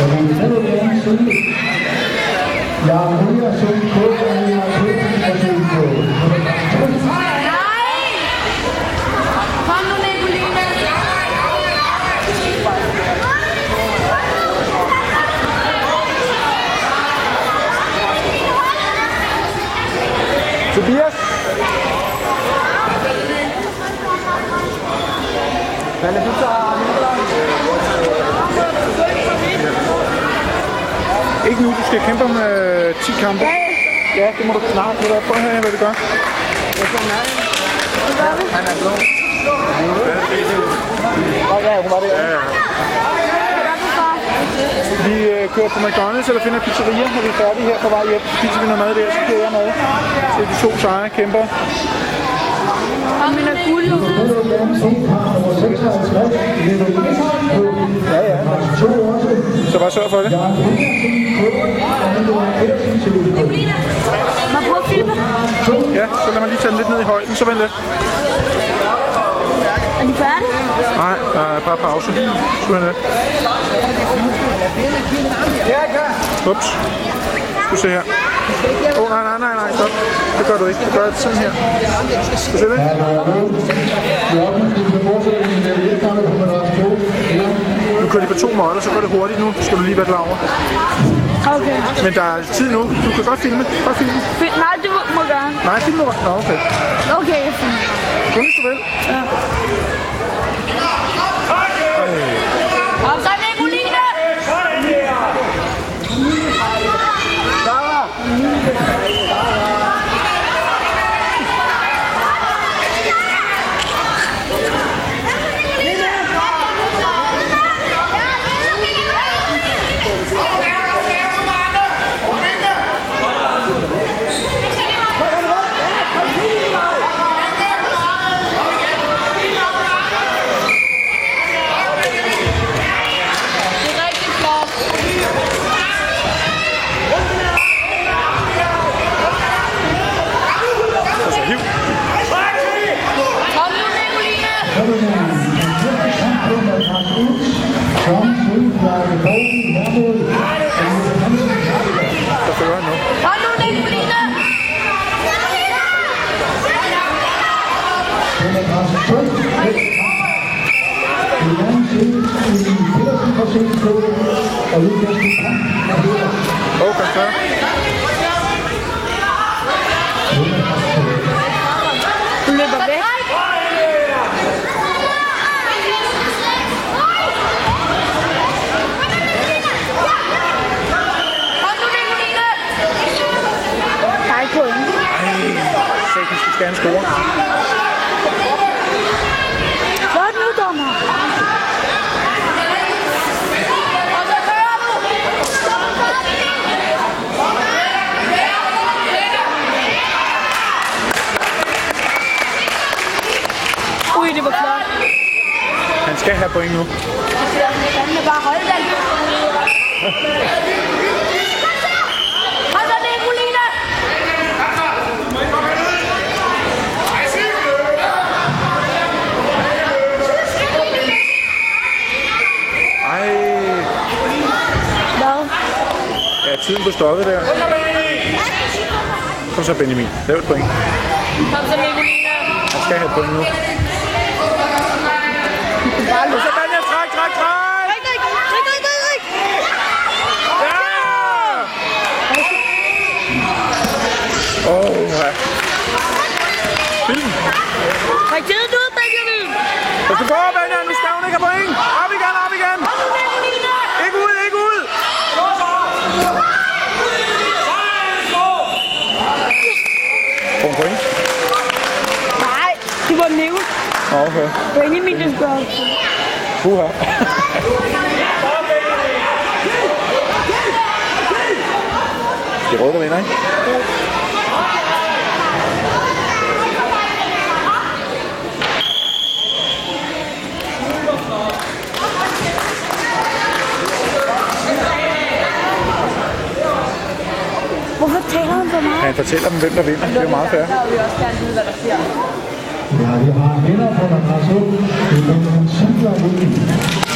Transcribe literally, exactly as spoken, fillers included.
Tobias? Hvad er det, du tager? Ikke nu, du skal kæmpe om øh, ti kampe. Ja, det må du snart. Prøv at høre, hvad du gør. Han er blå. Ja, hun var det. Ja, ja. Vi øh, kører på McDonald's eller finder pizzeria, når vi er færdige her på vej hjem. Så spiser vi noget mad der, så kører jeg mad. Så de to seje kæmper. Og min er guld. Ja, ja. Så bare sørg for det. Man bruger filme. Ja, så lad mig lige tage den lidt ned i højden, så vent lidt. Er de færdige? Nej, der er bare pause. Så vent lidt. Ups. Skal du se her. Åh, oh, nej, nej, nej, nej, stop. Det gør du ikke. Du gør det sådan her. Skal du se det? Nu kører de på to måder, så går det hurtigt nu. Skal du lige være klar over. Okay. Men der er tid nu. Du kan godt filme. Godt filme. Nej, det må jeg gerne. Nej, filme nu. Nå, okay. Okay, jeg filmer. Kun hvis du vil. Ja. Kom så, Nicoline! Okay, så. Du løber væk. Der er ikke point. Ej, så ikke, vi skal have en score. Flot nu, dommer. Ui, det var flot. Han skal have point nu. Han vil bare holde den. Hold da, Nicoline! Ej. Hvad? Ja, tiden blev stoppet der. Kom så, Benjamin. Lav et point. Kom så, Nicoline. Han skal have point nu. Og så Benjamin, træk, træk, træk! Rik, rik, rik, rik, rik, rik! Ja! Åh, ja. Film! Træk tiden ud, Benjamin! Lad os gå, Benjamin. Nu skal hun ikke have point. Op igen, op igen. Ikke ud, ikke ud. Får hun point? Nej, det var nævnt. Okay. Benjamin, det skal også. Puha. Det er røde, der vinder, ikke? Hvorfor taler han så meget? Han fortæller dem, hvem der vinder. Det er jo meget fair. Der vil vi også gerne vide, hvad der sker. Ja, vi har vinder på den her så. Det er den simpelthen